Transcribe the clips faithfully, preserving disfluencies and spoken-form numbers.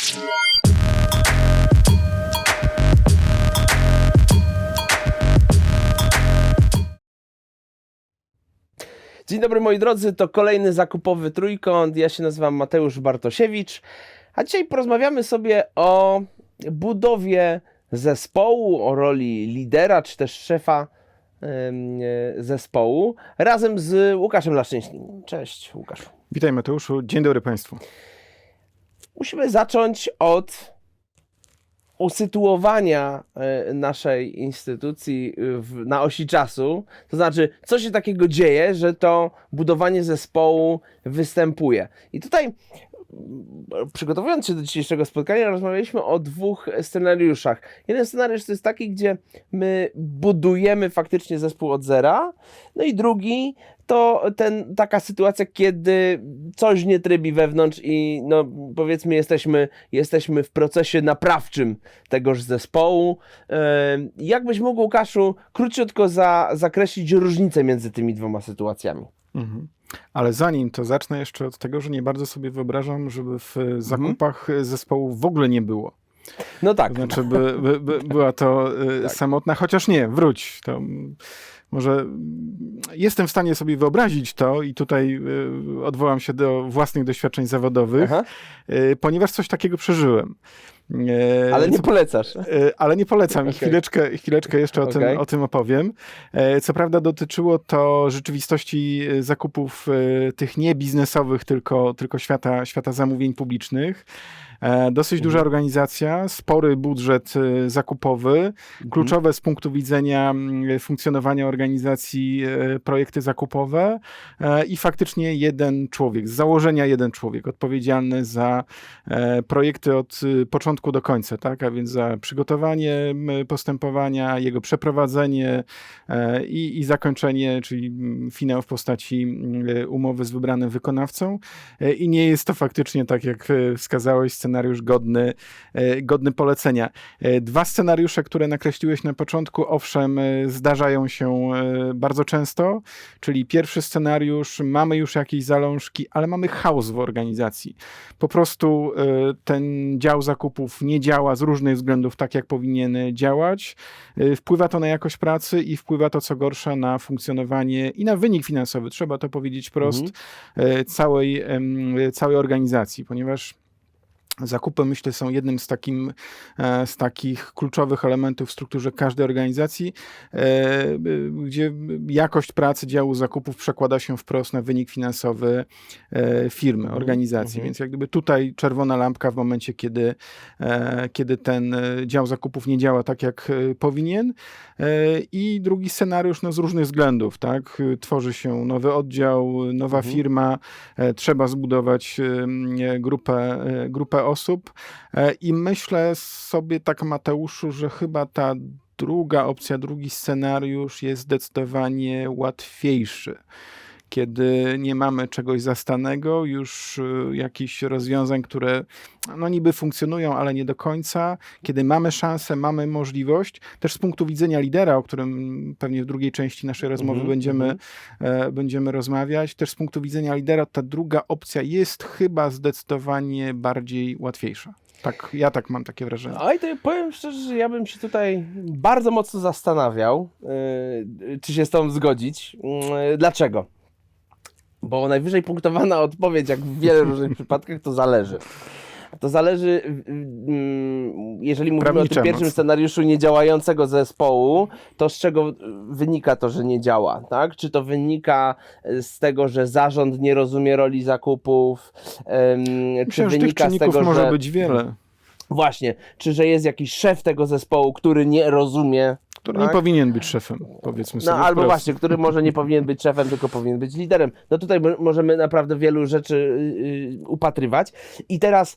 Dzień dobry moi drodzy, to kolejny zakupowy trójkąt. Ja się nazywam Mateusz Bartosiewicz, a dzisiaj porozmawiamy sobie o budowie zespołu, o roli lidera czy też szefa yy, zespołu razem z Łukaszem Leszczyńskim. Cześć Łukaszu. Witaj Mateuszu, dzień dobry Państwu. Musimy zacząć od usytuowania naszej instytucji w, na osi czasu, to znaczy, co się takiego dzieje, że to budowanie zespołu występuje. I tutaj, przygotowując się do dzisiejszego spotkania, rozmawialiśmy o dwóch scenariuszach. Jeden scenariusz to jest taki, gdzie my budujemy faktycznie zespół od zera, no i drugi to ten, taka sytuacja, kiedy coś nie trybi wewnątrz i no, powiedzmy jesteśmy, jesteśmy w procesie naprawczym tegoż zespołu. Jak byś mógł, Łukaszu, króciutko za, zakreślić różnicę między tymi dwoma sytuacjami? Mhm. Ale zanim to zacznę jeszcze od tego, że nie bardzo sobie wyobrażam, żeby w zakupach mhm. zespołu w ogóle nie było. No tak. To znaczy, by, by, by była to tak. samotna, chociaż nie, wróć. To może jestem w stanie sobie wyobrazić to i tutaj odwołam się do własnych doświadczeń zawodowych, Aha. ponieważ coś takiego przeżyłem. Ale nie polecasz. Ale nie polecam. Okay. Chwileczkę, chwileczkę jeszcze o, okay. tym, o tym opowiem. Co prawda dotyczyło to rzeczywistości zakupów tych nie biznesowych, tylko, tylko świata, świata zamówień publicznych. Dosyć mhm. duża organizacja, spory budżet zakupowy, mhm. kluczowe z punktu widzenia funkcjonowania organizacji projekty zakupowe i faktycznie jeden człowiek, z założenia jeden człowiek odpowiedzialny za projekty od początku do końca, tak? A więc za przygotowanie postępowania, jego przeprowadzenie i, i zakończenie, czyli finał w postaci umowy z wybranym wykonawcą. I nie jest to faktycznie tak, jak wskazałeś, scenariusz godny, godny polecenia. Dwa scenariusze, które nakreśliłeś na początku, owszem, zdarzają się bardzo często, czyli pierwszy scenariusz, mamy już jakieś zalążki, ale mamy chaos w organizacji. Po prostu ten dział zakupów nie działa z różnych względów tak, jak powinien działać. Wpływa to na jakość pracy i wpływa to, co gorsza, na funkcjonowanie i na wynik finansowy, trzeba to powiedzieć wprost, mhm. całej, całej organizacji, ponieważ zakupy, myślę, są jednym z, takim, z takich kluczowych elementów w strukturze każdej organizacji, gdzie jakość pracy działu zakupów przekłada się wprost na wynik finansowy firmy, organizacji. Mhm. Więc jak gdyby tutaj czerwona lampka w momencie, kiedy, kiedy ten dział zakupów nie działa tak, jak powinien. I drugi scenariusz, no z różnych względów, tak? Tworzy się nowy oddział, nowa mhm. firma, trzeba zbudować grupę, grupę osób i myślę sobie tak, Mateuszu, że chyba ta druga opcja, drugi scenariusz jest zdecydowanie łatwiejszy. Kiedy nie mamy czegoś zastanego, już jakichś rozwiązań, które no niby funkcjonują, ale nie do końca. Kiedy mamy szansę, mamy możliwość, też z punktu widzenia lidera, o którym pewnie w drugiej części naszej rozmowy mm-hmm, będziemy, mm-hmm. e, będziemy rozmawiać, też z punktu widzenia lidera ta druga opcja jest chyba zdecydowanie bardziej łatwiejsza. Tak, ja tak mam takie wrażenie. No i to powiem szczerze, że ja bym się tutaj bardzo mocno zastanawiał, yy, czy się z tą zgodzić. Yy, dlaczego? Bo najwyżej punktowana odpowiedź, jak w wielu różnych przypadkach, to zależy. To zależy, jeżeli mówimy Prawnicze o tym pierwszym mocno. scenariuszu niedziałającego zespołu, to z czego wynika to, że nie działa, tak? Czy to wynika z tego, że zarząd nie rozumie roli zakupów, Myślę, czy wynika tych z tego, może że... być wiele. Właśnie, czy że jest jakiś szef tego zespołu, który nie rozumie, który tak? nie powinien być szefem, powiedzmy sobie. No albo wprost. właśnie, który może nie powinien być szefem, tylko powinien być liderem. No tutaj możemy naprawdę wielu rzeczy yy, upatrywać. I teraz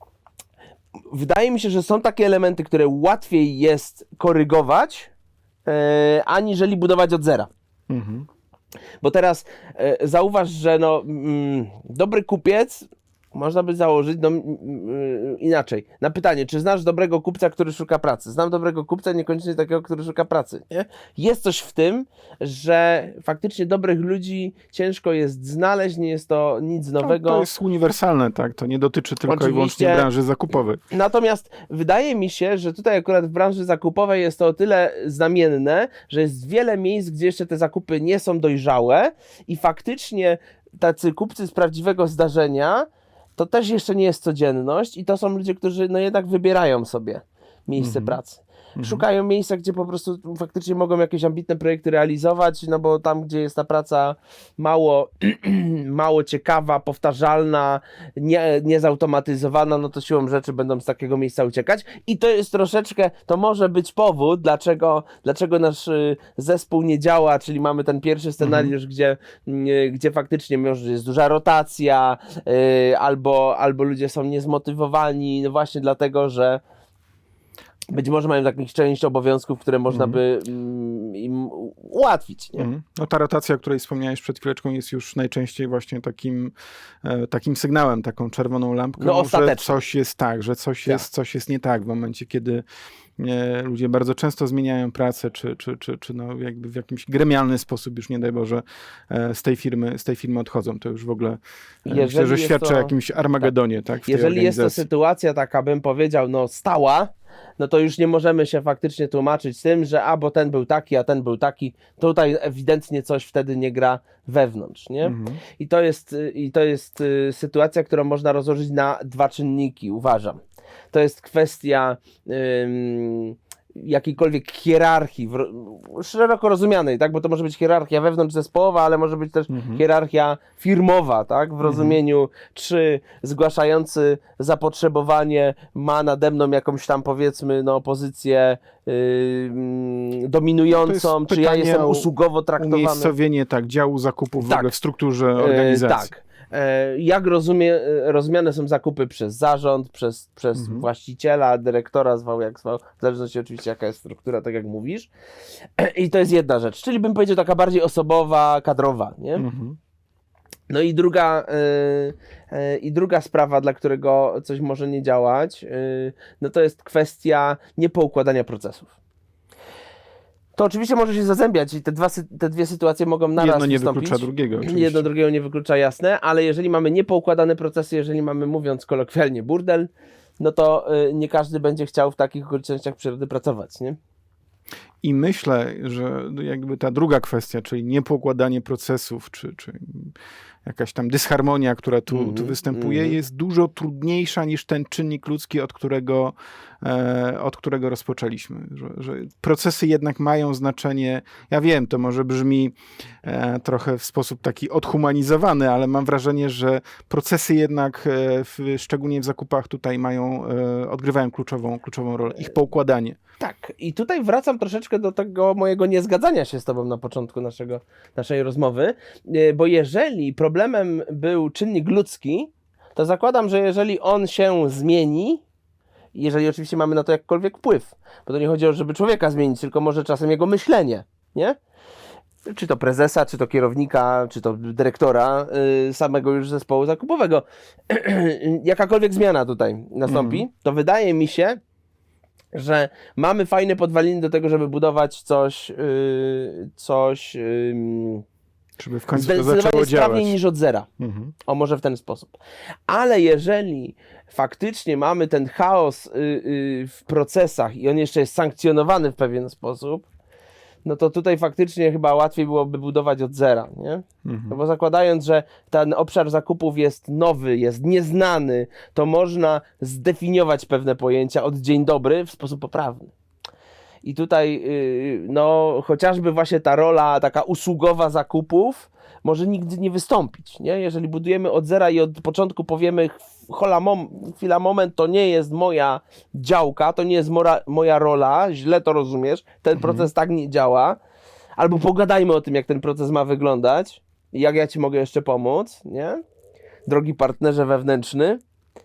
wydaje mi się, że są takie elementy, które łatwiej jest korygować, yy, aniżeli budować od zera. Mhm. Bo teraz yy, zauważ, że no, yy, dobry kupiec Można by założyć, no yy, inaczej, na pytanie, czy znasz dobrego kupca, który szuka pracy? Znam dobrego kupca, niekoniecznie takiego, który szuka pracy, nie? Jest coś w tym, że faktycznie dobrych ludzi ciężko jest znaleźć, nie jest to nic nowego. No, to jest uniwersalne, tak, to nie dotyczy tylko Oczywiście. i wyłącznie branży zakupowej. Natomiast wydaje mi się, że tutaj akurat w branży zakupowej jest to o tyle znamienne, że jest wiele miejsc, gdzie jeszcze te zakupy nie są dojrzałe i faktycznie tacy kupcy z prawdziwego zdarzenia to też jeszcze nie jest codzienność i to są ludzie, którzy no jednak wybierają sobie miejsce Mhm. pracy. Szukają miejsca, gdzie po prostu faktycznie mogą jakieś ambitne projekty realizować, no bo tam, gdzie jest ta praca mało, mało ciekawa, powtarzalna, nie, niezautomatyzowana, no to siłą rzeczy będą z takiego miejsca uciekać. I to jest troszeczkę, to może być powód, dlaczego, dlaczego nasz y, zespół nie działa, czyli mamy ten pierwszy scenariusz, mhm. gdzie, y, gdzie faktycznie może jest duża rotacja, y, albo, albo ludzie są niezmotywowani, no właśnie dlatego, że być może mają jakąś część obowiązków, które można mm. by mm, im ułatwić. Nie? Mm. No ta rotacja, o której wspomniałeś przed chwileczką, jest już najczęściej właśnie takim, e, takim sygnałem, taką czerwoną lampką, no, że coś jest tak, że coś, tak. Jest, coś jest nie tak w momencie, kiedy e, ludzie bardzo często zmieniają pracę, czy, czy, czy, czy no jakby w jakimś gremialny sposób, już nie daj Boże, e, z tej firmy, z tej firmy odchodzą. To już w ogóle e, myślę, że świadczy to, o jakimś Armagedonie. Tak. Tak, w jeżeli jest to sytuacja taka, bym powiedział, no stała, no to już nie możemy się faktycznie tłumaczyć z tym, że a, bo ten był taki, a ten był taki, to tutaj ewidentnie coś wtedy nie gra wewnątrz, nie? Mhm. I to jest, i to jest y, sytuacja, którą można rozłożyć na dwa czynniki, uważam. To jest kwestia ym, jakiejkolwiek hierarchii, w, szeroko rozumianej, tak? Bo to może być hierarchia wewnątrzzespołowa, ale może być też mhm. hierarchia firmowa, tak? W rozumieniu, mhm. czy zgłaszający zapotrzebowanie ma nade mną jakąś tam, powiedzmy, no, pozycję yy, dominującą, czy ja jestem usługowo traktowany. Umiejscowienie, tak, działu zakupów tak. w ogóle w strukturze organizacji. Yy, tak. Jak rozumie, rozumiane są zakupy przez zarząd, przez, przez mhm. właściciela, dyrektora, zwał jak zwał, w zależności oczywiście jaka jest struktura, tak jak mówisz. I to jest jedna rzecz, czyli bym powiedział taka bardziej osobowa, kadrowa, nie? Mhm. No i druga, yy, yy, i druga sprawa, dla którego coś może nie działać, yy, no to jest kwestia niepoukładania procesów. To oczywiście może się zazębiać i te, dwa, te dwie sytuacje mogą naraz Jedno nie wystąpić. wyklucza drugiego. Oczywiście. Jedno drugiego nie wyklucza, jasne, ale jeżeli mamy niepoukładane procesy, jeżeli mamy, mówiąc kolokwialnie, burdel, no to y, nie każdy będzie chciał w takich okolicznościach przyrody pracować, nie? I myślę, że jakby ta druga kwestia, czyli niepoukładanie procesów, czy, czy jakaś tam dysharmonia, która tu, mm, tu występuje, mm. jest dużo trudniejsza niż ten czynnik ludzki, od którego, e, od którego rozpoczęliśmy. Że, że procesy jednak mają znaczenie, ja wiem, to może brzmi e, trochę w sposób taki odhumanizowany, ale mam wrażenie, że procesy jednak, e, w, szczególnie w zakupach tutaj mają, e, odgrywają kluczową, kluczową rolę. Ich poukładanie. Tak, i tutaj wracam troszeczkę do tego mojego niezgadzania się z tobą na początku naszego, naszej rozmowy, bo jeżeli problemem był czynnik ludzki, to zakładam, że jeżeli on się zmieni, jeżeli oczywiście mamy na to jakkolwiek wpływ, bo to nie chodzi o to, żeby człowieka zmienić, tylko może czasem jego myślenie, nie? Czy to prezesa, czy to kierownika, czy to dyrektora yy, samego już zespołu zakupowego. Jakakolwiek zmiana tutaj nastąpi, mm. to wydaje mi się, że mamy fajne podwaliny do tego, żeby budować coś, yy, coś yy, żeby w końcu to zaczęło sprawniej działać. niż od zera. Mhm. O, może w ten sposób. Ale jeżeli faktycznie mamy ten chaos yy, yy, w procesach i on jeszcze jest sankcjonowany w pewien sposób, no to tutaj faktycznie chyba łatwiej byłoby budować od zera, nie? Mhm. No bo zakładając, że ten obszar zakupów jest nowy, jest nieznany, to można zdefiniować pewne pojęcia od dzień dobry w sposób poprawny. I tutaj, yy, no, chociażby właśnie ta rola taka usługowa zakupów może nigdy nie wystąpić, nie? Jeżeli budujemy od zera i od początku powiemy hola, mom, chwila, moment, to nie jest moja działka, to nie jest mora, moja rola, źle to rozumiesz, ten mhm. proces tak nie działa, albo pogadajmy o tym, jak ten proces ma wyglądać i jak ja ci mogę jeszcze pomóc, nie? Drogi partnerze wewnętrzny,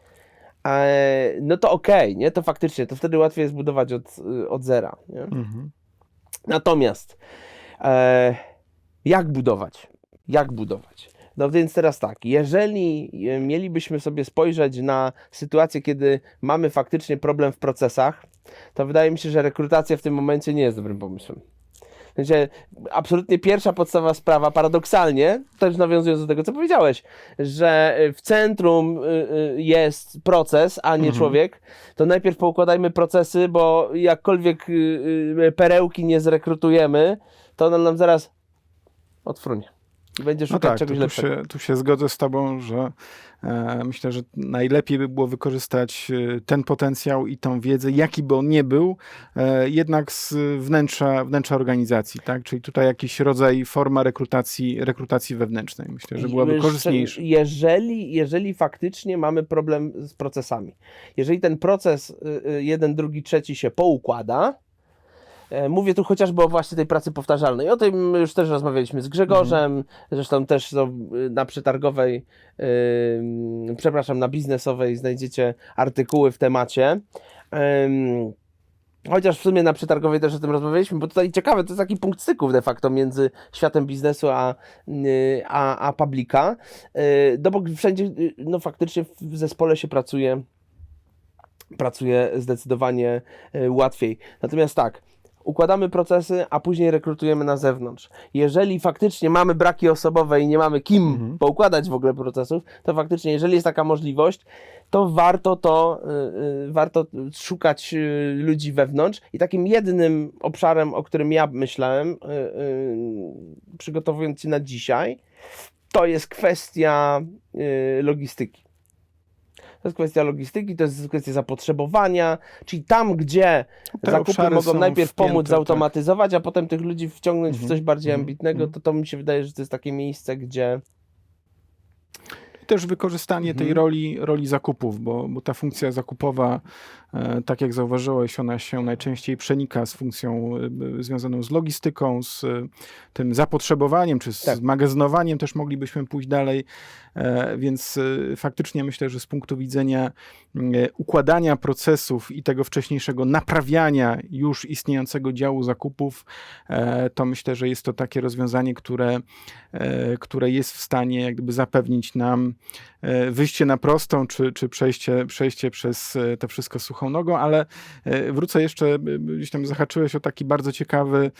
e, no to okej, okay, nie? To faktycznie, to wtedy łatwiej jest budować od, od zera, nie? Mhm. Natomiast e, jak budować? Jak budować? No więc teraz tak, jeżeli mielibyśmy sobie spojrzeć na sytuację, kiedy mamy faktycznie problem w procesach, to wydaje mi się, że rekrutacja w tym momencie nie jest dobrym pomysłem. W sensie, absolutnie pierwsza podstawowa sprawa, paradoksalnie, też nawiązując do tego, co powiedziałeś, że w centrum jest proces, a nie Mhm. człowiek, to najpierw poukładajmy procesy, bo jakkolwiek perełki nie zrekrutujemy, to ona nam zaraz odfrunie. I będzie szukać no tak, czegoś tu lepszego. się, tu się zgodzę z tobą, że e, myślę, że najlepiej by było wykorzystać e, ten potencjał i tą wiedzę, jaki by on nie był, e, jednak z wnętrza, wnętrza organizacji, tak? Czyli tutaj jakiś rodzaj, forma rekrutacji, rekrutacji wewnętrznej. Myślę, że byłaby Jeszcze- korzystniejsza. Jeżeli, jeżeli faktycznie mamy problem z procesami, jeżeli ten proces y, y, jeden, drugi, trzeci się poukłada, e, mówię tu chociażby o właśnie tej pracy powtarzalnej. O tym już też rozmawialiśmy z Grzegorzem, zresztą też są y, na przetargowej, y, przepraszam, na biznesowej znajdziecie artykuły w temacie. Ym, Chociaż w sumie na przetargowej też o tym rozmawialiśmy, bo tutaj ciekawe, to jest taki punkt styków de facto między światem biznesu a, y, a, a publica. Y, No bo wszędzie, y, no faktycznie w zespole się pracuje, pracuje zdecydowanie y, łatwiej. Natomiast tak, układamy procesy, a później rekrutujemy na zewnątrz. Jeżeli faktycznie mamy braki osobowe i nie mamy kim Mhm. poukładać w ogóle procesów, to faktycznie, jeżeli jest taka możliwość, to warto to, y, y, warto szukać y, ludzi wewnątrz. I takim jednym obszarem, o którym ja myślałem, y, y, przygotowując się na dzisiaj, to jest kwestia y, logistyki. To jest kwestia logistyki, to jest kwestia zapotrzebowania, czyli tam, gdzie Te zakupy obszary mogą są najpierw pomóc wpięte, zautomatyzować, a potem tych ludzi wciągnąć w Mhm, coś bardziej mhm, ambitnego, mhm. to to mi się wydaje, że to jest takie miejsce, gdzie Też wykorzystanie tej Mhm. roli, roli zakupów, bo, bo ta funkcja zakupowa, e, tak jak zauważyłeś, ona się najczęściej przenika z funkcją e, związaną z logistyką, z e, tym zapotrzebowaniem, czy z Tak. magazynowaniem też moglibyśmy pójść dalej, e, więc e, faktycznie myślę, że z punktu widzenia e, układania procesów i tego wcześniejszego naprawiania już istniejącego działu zakupów, e, to myślę, że jest to takie rozwiązanie, które, e, które jest w stanie jak gdyby zapewnić nam e, wyjście na prostą, czy, czy przejście, przejście przez e, to wszystko suchą nogą, ale e, wrócę jeszcze, e, gdzieś tam zahaczyłeś o taki bardzo ciekawy,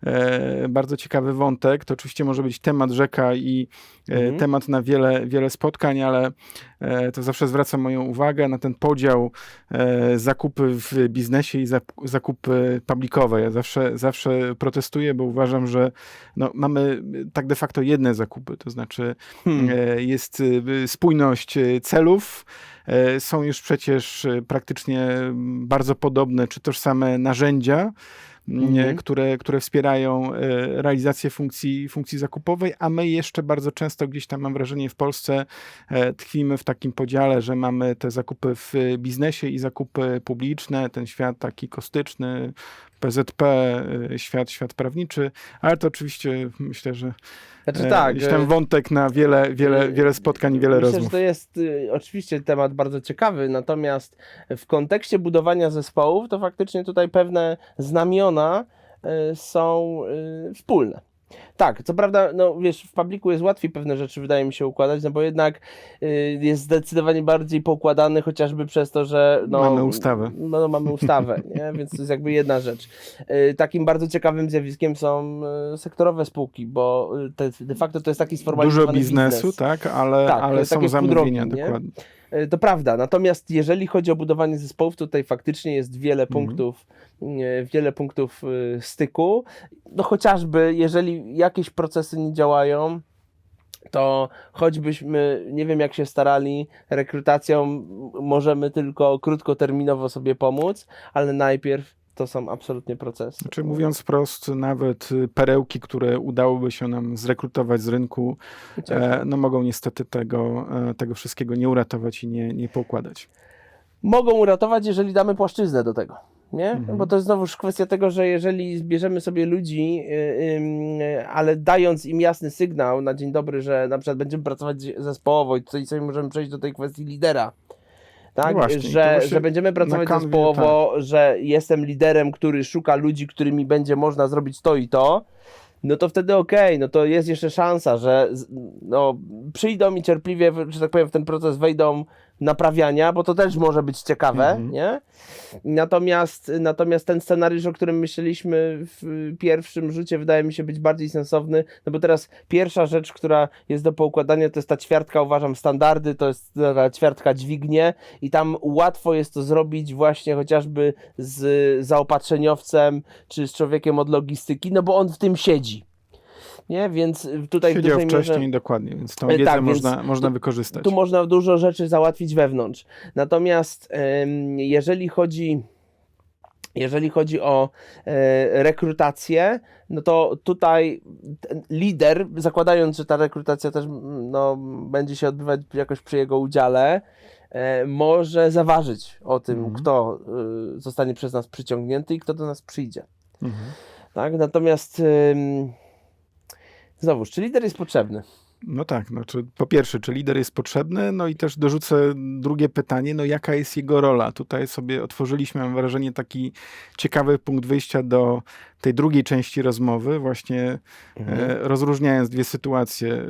e, bardzo ciekawy wątek. To oczywiście może być temat rzeka i e, Mhm. temat na wiele, wiele spotkań, ale e, to zawsze zwraca moją uwagę na ten podział e, zakupy w biznesie i zap- zakupy publicowe. Ja zawsze, zawsze protestuję, bo uważam, że no, mamy tak de facto jedne zakupy, to znaczy Hmm. e, jest e, spójność e, celów, e, są już przecież e, praktycznie m, bardzo podobne czy tożsame narzędzia, m, Mhm. e, które, które wspierają e, realizację funkcji, funkcji zakupowej, a my jeszcze bardzo często gdzieś tam, mam wrażenie, w Polsce e, tkwimy w takim podziale, że mamy te zakupy w biznesie i zakupy publiczne, ten świat taki kostyczny, P Z P, e, świat, świat prawniczy, ale to oczywiście myślę, że Znaczy e, tak, gdzieś tam e, wątek na wiele, wiele, e, wiele spotkań i wiele myślę, rozmów. że to jest y, oczywiście temat bardzo ciekawy, natomiast w kontekście budowania zespołów to faktycznie tutaj pewne znamiona y, są y, wspólne. Tak, co prawda, no wiesz, w publiku jest łatwiej pewne rzeczy, wydaje mi się, układać, no bo jednak y, jest zdecydowanie bardziej poukładany, chociażby przez to, że no, Mamy ustawę. No, no mamy ustawę, nie? Więc to jest jakby jedna rzecz. Y, takim bardzo ciekawym zjawiskiem są y, sektorowe spółki, bo y, te, de facto to jest taki sformalizowany Dużo biznesu, biznes. tak, ale, Tak, to ale jest są takie pół zamówienia, drogi, nie? dokładnie. Y, To prawda, natomiast jeżeli chodzi o budowanie zespołów, tutaj faktycznie jest wiele Mhm. punktów, y, wiele punktów y, styku. No chociażby, jeżeli jakieś procesy nie działają, to choćbyśmy nie wiem jak się starali, rekrutacją m- możemy tylko krótkoterminowo sobie pomóc, ale najpierw to są absolutnie procesy. Znaczy, mówiąc wprost, nawet y, perełki, które udałoby się nam zrekrutować z rynku, e, no mogą niestety tego, e, tego wszystkiego nie uratować i nie, nie poukładać. Mogą uratować, jeżeli damy płaszczyznę do tego. Nie? Mhm. Bo to jest znowuż kwestia tego, że jeżeli zbierzemy sobie ludzi, yy, yy, ale dając im jasny sygnał na dzień dobry, że na przykład będziemy pracować zespołowo i tutaj sobie możemy przejść do tej kwestii lidera. Tak, No właśnie, i to że, właśnie że będziemy pracować na kanwie, zespołowo, że jestem liderem, który szuka ludzi, którymi będzie można zrobić to i to, no to wtedy okej, okay, no to jest jeszcze szansa, że no, przyjdą i cierpliwie, że tak powiem, w ten proces wejdą naprawiania, bo to też może być ciekawe, mhm. nie? Natomiast, natomiast ten scenariusz, o którym myśleliśmy w pierwszym rzucie, wydaje mi się być bardziej sensowny, no bo teraz pierwsza rzecz, która jest do poukładania, to jest ta ćwiartka, uważam, standardy, to jest ta ćwiartka dźwignie i tam łatwo jest to zrobić właśnie chociażby z zaopatrzeniowcem, czy z człowiekiem od logistyki, no bo on w tym siedzi. Nie? Więc tutaj Siedział w dużej wcześniej, mierze... dokładnie, więc tą wiedzę tak, można, można wykorzystać. Tu można dużo rzeczy załatwić wewnątrz. Natomiast ym, jeżeli chodzi... Jeżeli chodzi o e, rekrutację, no to tutaj lider, zakładając, że ta rekrutacja też no, będzie się odbywać jakoś przy jego udziale, e, może zaważyć o tym, mhm. kto y, zostanie przez nas przyciągnięty i kto do nas przyjdzie. Mhm. Tak? Natomiast y, znowuż, czy lider jest potrzebny? No tak, no, czy, po pierwsze, czy lider jest potrzebny, no i też dorzucę drugie pytanie, no jaka jest jego rola? Tutaj sobie otworzyliśmy, mam wrażenie, taki ciekawy punkt wyjścia do tej drugiej części rozmowy, właśnie mhm. e, rozróżniając dwie sytuacje, e,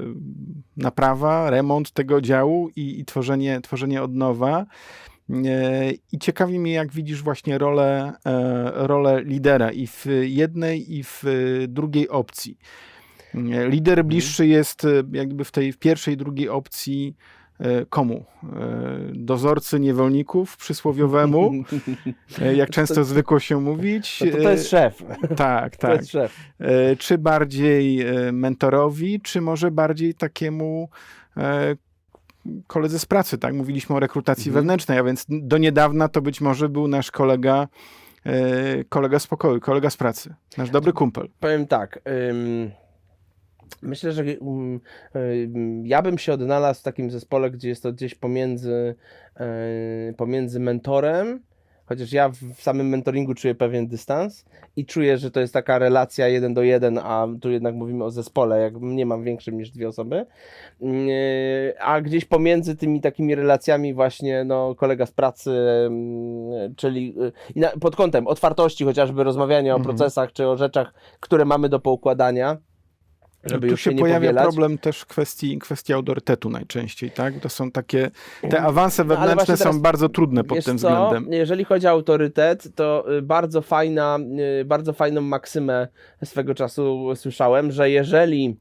naprawa, remont tego działu i, i tworzenie, tworzenie od nowa. E, I ciekawi mnie, jak widzisz właśnie rolę, e, rolę lidera i w jednej, i w drugiej opcji. Lider bliższy jest jakby w tej w pierwszej, drugiej opcji komu? Dozorcy niewolników przysłowiowemu, jak często zwykło się mówić. No to, to jest szef. Tak, tak. To jest szef. Czy bardziej mentorowi, czy może bardziej takiemu koledze z pracy, tak? Mówiliśmy o rekrutacji mhm. wewnętrznej, a więc do niedawna to być może był nasz kolega, kolega z pokoju, kolega z pracy, nasz dobry kumpel. Powiem tak, ym... Myślę, że um, um, ja bym się odnalazł w takim zespole, gdzie jest to gdzieś pomiędzy, um, pomiędzy mentorem, chociaż ja w samym mentoringu czuję pewien dystans i czuję, że to jest taka relacja jeden do jeden, a tu jednak mówimy o zespole, jak nie mam większym niż dwie osoby, um, a gdzieś pomiędzy tymi takimi relacjami właśnie no, kolega z pracy, um, czyli um, na, pod kątem otwartości, chociażby rozmawiania mhm. o procesach czy o rzeczach, które mamy do poukładania. Żeby tu już się, się nie pojawia powielać. problem też kwestii, kwestii autorytetu najczęściej, tak? To są takie, te awanse wewnętrzne no, teraz, są bardzo trudne pod tym co? względem. Jeżeli chodzi o autorytet, to bardzo fajna, bardzo fajną maksymę swego czasu słyszałem, że jeżeli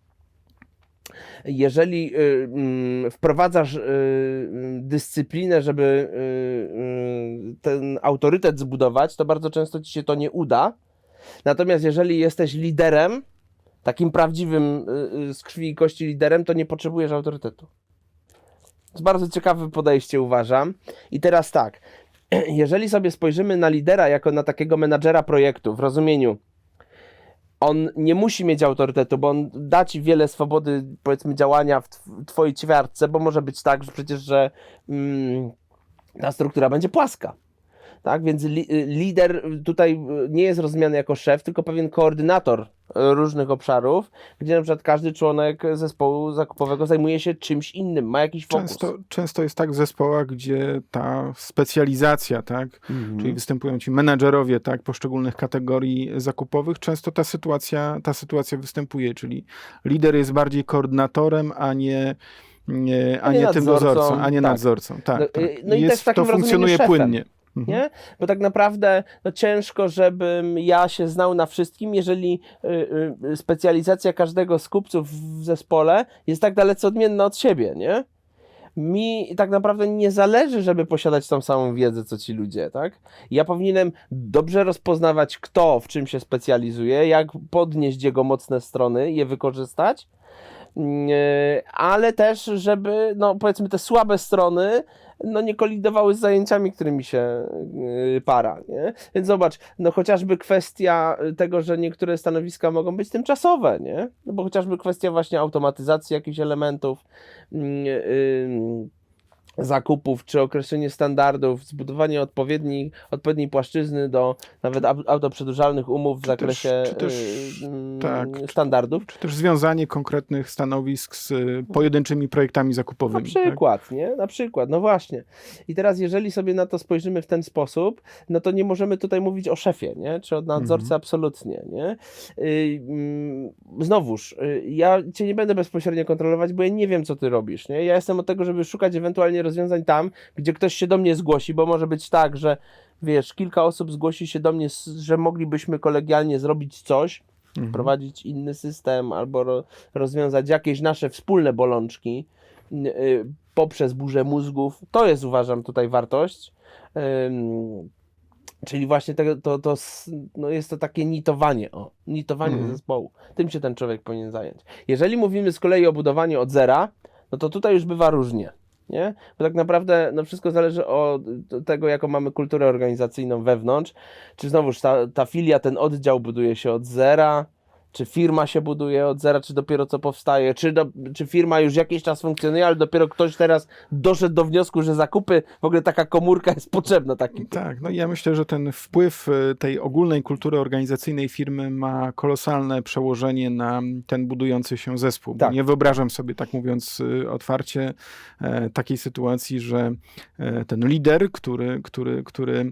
jeżeli y, y, wprowadzasz y, dyscyplinę, żeby y, y, ten autorytet zbudować, to bardzo często ci się to nie uda. Natomiast jeżeli jesteś liderem, takim prawdziwym y, z krwi i kości liderem, to nie potrzebujesz autorytetu. To jest bardzo ciekawe podejście, uważam. I teraz tak, jeżeli sobie spojrzymy na lidera jako na takiego menadżera projektu, w rozumieniu, on nie musi mieć autorytetu, bo on da ci wiele swobody, powiedzmy, działania w tw- twojej ćwiartce, bo może być tak, że przecież, że mm, ta struktura będzie płaska. Tak, więc li, lider tutaj nie jest rozumiany jako szef, tylko pewien koordynator różnych obszarów, gdzie na przykład każdy członek zespołu zakupowego zajmuje się czymś innym, ma jakiś fokus. Często, często jest tak w zespołach, gdzie ta specjalizacja, tak, mhm. czyli występują ci menadżerowie, tak, poszczególnych kategorii zakupowych, często ta sytuacja, ta sytuacja występuje, czyli lider jest bardziej koordynatorem, a nie Nie, a, a nie, nie tym dozorcą, a nie tak. nadzorcą. Tak, no, tak. no i jest, też w takim to funkcjonuje szefem. płynnie. Nie? Bo tak naprawdę no, ciężko, żebym ja się znał na wszystkim, jeżeli y, y, specjalizacja każdego z kupców w zespole jest tak dalece odmienna od siebie, nie? Mi tak naprawdę nie zależy, żeby posiadać tą samą wiedzę, co ci ludzie, tak? Ja powinienem dobrze rozpoznawać, kto w czym się specjalizuje, jak podnieść jego mocne strony i je wykorzystać, yy, ale też, żeby, no powiedzmy, te słabe strony no nie kolidowały z zajęciami, którymi się yy, para, nie? Więc zobacz, no chociażby kwestia tego, że niektóre stanowiska mogą być tymczasowe, nie? No bo chociażby kwestia właśnie automatyzacji jakichś elementów, yy, yy, zakupów, czy określenie standardów, zbudowanie odpowiedniej, odpowiedniej płaszczyzny do nawet au- autoprzedłużalnych umów w Czy zakresie też- czy też, yy, tak, yy, czy- standardów. Czy też związanie konkretnych stanowisk z y, pojedynczymi projektami Na zakupowymi. przykład, nie? Na przykład, no właśnie. I teraz jeżeli sobie na to spojrzymy w ten sposób, no to nie możemy tutaj mówić o szefie, nie? Czy o nadzorcy Mhm. absolutnie, nie? Yy, mm, znowuż, yy, ja cię nie będę bezpośrednio kontrolować, bo ja nie wiem, co ty robisz, nie? Ja jestem od tego, żeby szukać ewentualnie rozwiązań tam, gdzie ktoś się do mnie zgłosi, bo może być tak, że wiesz, kilka osób zgłosi się do mnie, s- że moglibyśmy kolegialnie zrobić coś, Mhm. wprowadzić inny system albo ro, rozwiązać jakieś nasze wspólne bolączki yy, poprzez burzę mózgów. To jest, uważam, tutaj wartość. Ym, czyli właśnie tego, to, to s- no jest to takie nitowanie, o, nitowanie Mhm. zespołu. Tym się ten człowiek powinien zająć. Jeżeli mówimy z kolei o budowaniu od zera, no to tutaj już bywa różnie. Nie? Bo tak naprawdę no wszystko zależy od tego, jaką mamy kulturę organizacyjną wewnątrz. Czy znowuż ta, ta filia, ten oddział buduje się od zera, czy firma się buduje od zera, czy dopiero co powstaje, czy, do, czy firma już jakiś czas funkcjonuje, ale dopiero ktoś teraz doszedł do wniosku, że zakupy, w ogóle taka komórka jest potrzebna. Taki. Tak, no i ja myślę, że ten wpływ y, tej ogólnej kultury organizacyjnej firmy ma kolosalne przełożenie na ten budujący się zespół. Bo Tak. nie wyobrażam sobie, tak mówiąc y, otwarcie, e, takiej sytuacji, że e, ten lider, który, który, który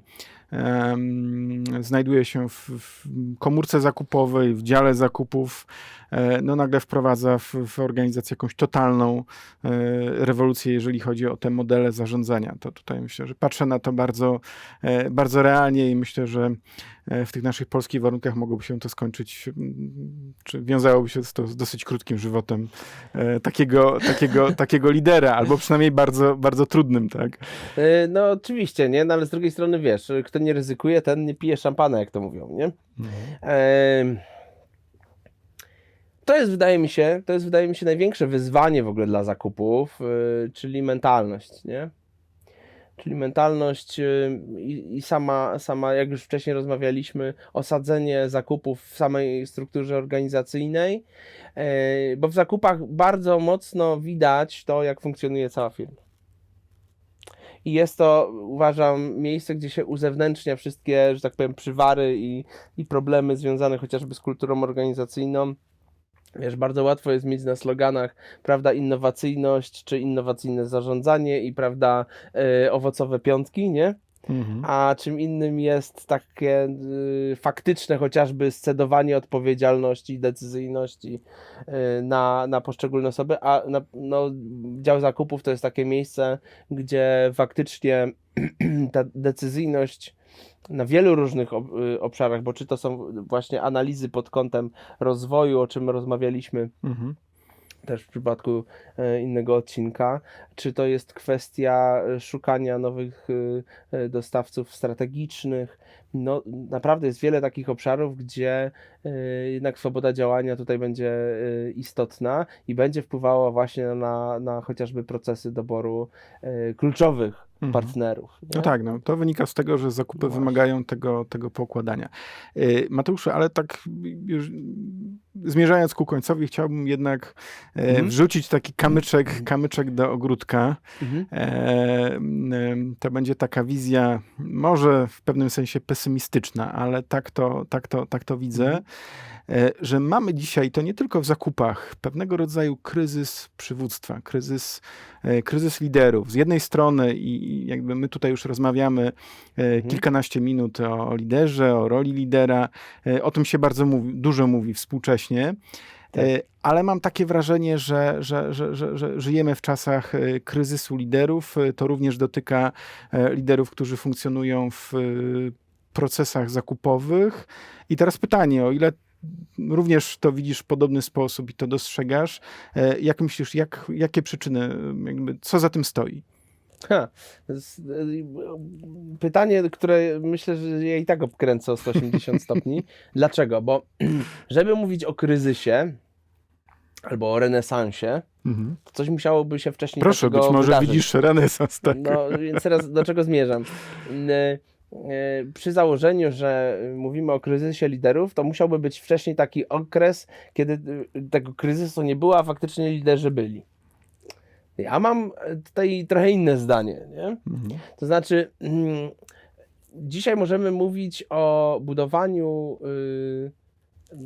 em, znajduje się w, w komórce zakupowej, w dziale zakupów, e, no nagle wprowadza w, w organizację jakąś totalną e, rewolucję, jeżeli chodzi o te modele zarządzania. To tutaj myślę, że patrzę na to bardzo, e, bardzo realnie i myślę, że e, w tych naszych polskich warunkach mogłoby się to skończyć, mm, czy wiązałoby się to z dosyć krótkim żywotem e, takiego, takiego, takiego lidera, albo przynajmniej bardzo, bardzo trudnym, tak? Yy, No oczywiście, nie? No, ale z drugiej strony wiesz, kto nie ryzykuje, ten nie pije szampana, jak to mówią, nie? Em, To jest, wydaje mi się, to jest, wydaje mi się, największe wyzwanie w ogóle dla zakupów, yy, czyli mentalność, nie? Czyli mentalność yy, i, i sama, sama, jak już wcześniej rozmawialiśmy, osadzenie zakupów w samej strukturze organizacyjnej, yy, bo w zakupach bardzo mocno widać to, jak funkcjonuje cała firma. I jest to, uważam, miejsce, gdzie się uzewnętrznia wszystkie, że tak powiem, przywary i, i problemy związane chociażby z kulturą organizacyjną. Wiesz, bardzo łatwo jest mieć na sloganach, prawda, innowacyjność, czy innowacyjne zarządzanie i, prawda, y, owocowe piątki, nie? Mhm. A czym innym jest takie y, faktyczne chociażby scedowanie odpowiedzialności i decyzyjności y, na, na poszczególne osoby, a na, no, dział zakupów to jest takie miejsce, gdzie faktycznie ta decyzyjność na wielu różnych ob, y, obszarach, bo czy to są właśnie analizy pod kątem rozwoju, o czym rozmawialiśmy Mhm. też w przypadku e, innego odcinka, czy to jest kwestia e, szukania nowych e, e, dostawców strategicznych. No, naprawdę jest wiele takich obszarów, gdzie e, jednak swoboda działania tutaj będzie e, istotna i będzie wpływała właśnie na, na chociażby procesy doboru e, kluczowych Mhm. partnerów. No nie? tak, no, to wynika z tego, że zakupy No właśnie. wymagają tego, tego poukładania. Yy, Mateuszu, ale tak już zmierzając ku końcowi, chciałbym jednak e, Mhm. wrzucić taki kamyczek, kamyczek do ogródka. Mhm. E, m, to będzie taka wizja, może w pewnym sensie pesymistyczna, ale tak to, tak to, tak to widzę, Mhm. e, że mamy dzisiaj, to nie tylko w zakupach, pewnego rodzaju kryzys przywództwa, kryzys, e, kryzys liderów. Z jednej strony, i i jakby my tutaj już rozmawiamy e, kilkanaście minut o liderze, o roli lidera, e, o tym się bardzo mówi, dużo mówi współcześnie. Tak. E, Ale mam takie wrażenie, że, że, że, że, że żyjemy w czasach e, kryzysu liderów. E, To również dotyka e, liderów, którzy funkcjonują w e, procesach zakupowych. I teraz pytanie, o ile również to widzisz w podobny sposób i to dostrzegasz, e, jak myślisz, jak, jakie przyczyny, e, jakby, co za tym stoi? Ha, z- y, pytanie, które myślę, że ja i tak obkręcę o sto osiemdziesiąt stopni. Dlaczego? Bo żeby mówić o kryzysie albo o renesansie, Mhm. to coś musiałoby się wcześniej Proszę, takiego być może wydarzyć. widzisz renesans, tak? No więc teraz do czego zmierzam? Y, y, Przy założeniu, że mówimy o kryzysie liderów, to musiałby być wcześniej taki okres, kiedy y, tego kryzysu nie było, a faktycznie liderzy byli. Ja mam tutaj trochę inne zdanie, nie? Mhm. To znaczy, mm, dzisiaj możemy mówić o budowaniu y, y,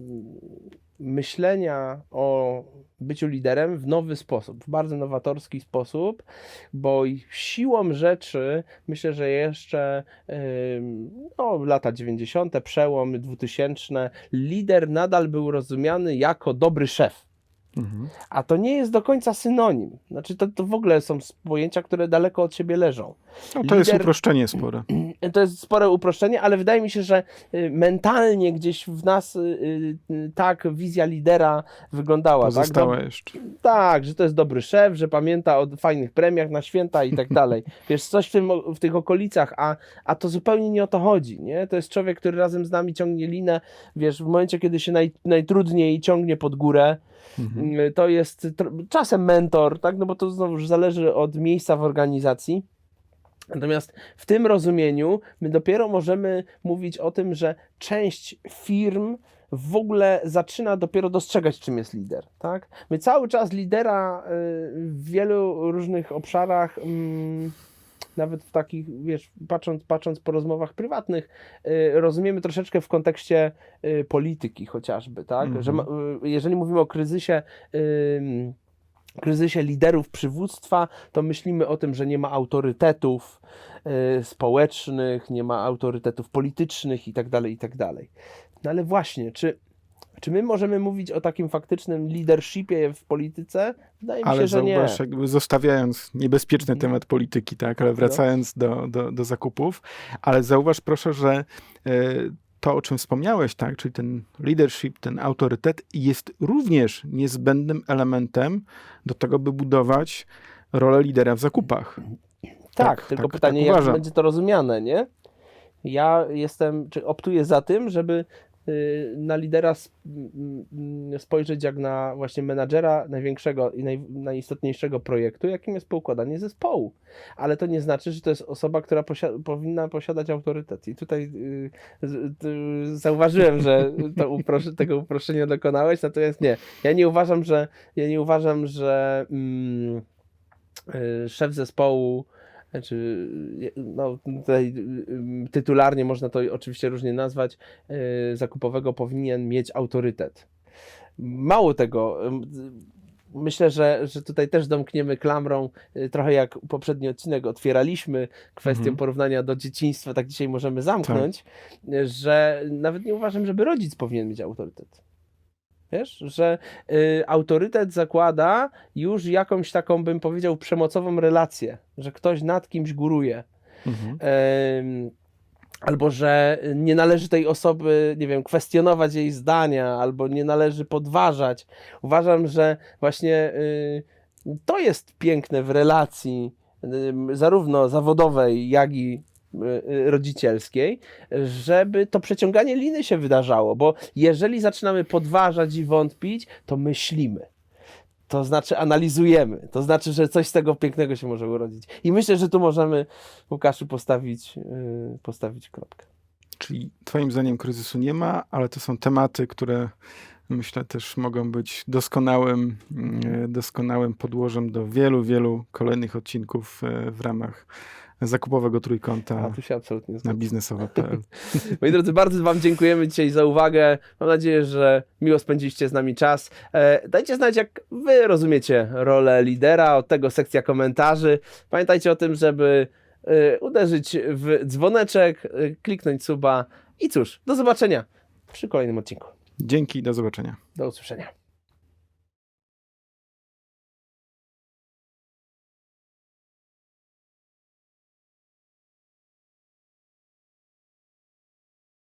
myślenia o byciu liderem w nowy sposób, w bardzo nowatorski sposób, bo siłą rzeczy myślę, że jeszcze y, no, lata dziewięćdziesiąte, przełom dwutysięczne, lider nadal był rozumiany jako dobry szef. Mhm. A to nie jest do końca synonim. Znaczy to, to w ogóle są pojęcia, które daleko od siebie leżą. No, to jest uproszczenie spore. To jest spore uproszczenie, ale wydaje mi się, że y, mentalnie gdzieś w nas y, y, tak wizja lidera wyglądała. Pozostała tak? jeszcze. Tak, że to jest dobry szef, że pamięta o fajnych premiach na święta i tak dalej. Wiesz, coś w, tym, w tych okolicach, a, a to zupełnie nie o to chodzi. Nie? To jest człowiek, który razem z nami ciągnie linę, wiesz, w momencie, kiedy się naj, najtrudniej ciągnie pod górę. Mhm. To jest tr- czasem mentor, tak? No bo to znowu zależy od miejsca w organizacji. Natomiast w tym rozumieniu my dopiero możemy mówić o tym, że część firm w ogóle zaczyna dopiero dostrzegać, czym jest lider. Tak? My cały czas lidera w wielu różnych obszarach, nawet w takich, wiesz, patrząc, patrząc po rozmowach prywatnych, rozumiemy troszeczkę w kontekście polityki chociażby. Tak? Mm-hmm. Że jeżeli mówimy o kryzysie, kryzysie liderów przywództwa, to myślimy o tym, że nie ma autorytetów y, społecznych, nie ma autorytetów politycznych i tak dalej, i tak dalej. No ale właśnie, czy, czy my możemy mówić o takim faktycznym leadershipie w polityce? Wydaje mi ale się, że nie. zauważ, jakby zostawiając niebezpieczny mhm. temat polityki, tak, ale wracając no. do, do, do zakupów, ale zauważ proszę, że y, to, o czym wspomniałeś, tak, czyli ten leadership, ten autorytet jest również niezbędnym elementem do tego, by budować rolę lidera w zakupach. Tak, tak tylko tak, pytanie, tak jak uważam. Będzie to rozumiane, nie? Ja jestem, czy optuję za tym, żeby y, na lidera sp spojrzeć jak na właśnie menadżera największego i naj najistotniejszego projektu, jakim jest poukładanie zespołu. Ale to nie znaczy, że to jest osoba, która posia powinna posiadać autorytet. I tutaj y, y, zauważyłem, że to upros tego uproszczenia dokonałeś, natomiast nie. Ja nie uważam, że, ja nie uważam, że mm, y, szef zespołu, znaczy, no, tutaj tytularnie można to oczywiście różnie nazwać, yy, zakupowego powinien mieć autorytet. Mało tego, yy, myślę, że, że tutaj też domkniemy klamrą, yy, trochę jak poprzedni odcinek otwieraliśmy kwestię mhm. porównania do dzieciństwa, tak dzisiaj możemy zamknąć, tak. yy, że nawet nie uważam, żeby rodzic powinien mieć autorytet. Wiesz, że y, autorytet zakłada już jakąś taką, bym powiedział, przemocową relację, że ktoś nad kimś góruje. Mhm. Y, albo że nie należy tej osoby, nie wiem, kwestionować jej zdania, albo nie należy podważać. Uważam, że właśnie y, to jest piękne w relacji y, zarówno zawodowej, jak i rodzicielskiej, żeby to przeciąganie liny się wydarzało, bo jeżeli zaczynamy podważać i wątpić, to myślimy. To znaczy analizujemy. To znaczy, że coś z tego pięknego się może urodzić. I myślę, że tu możemy, Łukaszu, postawić, yy, postawić kropkę. Czyli twoim zdaniem kryzysu nie ma, ale to są tematy, które myślę też mogą być doskonałym, doskonałym podłożem do wielu, wielu kolejnych odcinków w ramach zakupowego trójkąta A, tu się absolutnie na biznesowe kropka p l. Moi drodzy, bardzo wam dziękujemy dzisiaj za uwagę. Mam nadzieję, że miło spędziliście z nami czas. E, dajcie znać, jak wy rozumiecie rolę lidera, od tego sekcja komentarzy. Pamiętajcie o tym, żeby e, uderzyć w dzwoneczek, e, kliknąć suba i cóż, do zobaczenia przy kolejnym odcinku. Dzięki, do zobaczenia. Do usłyszenia.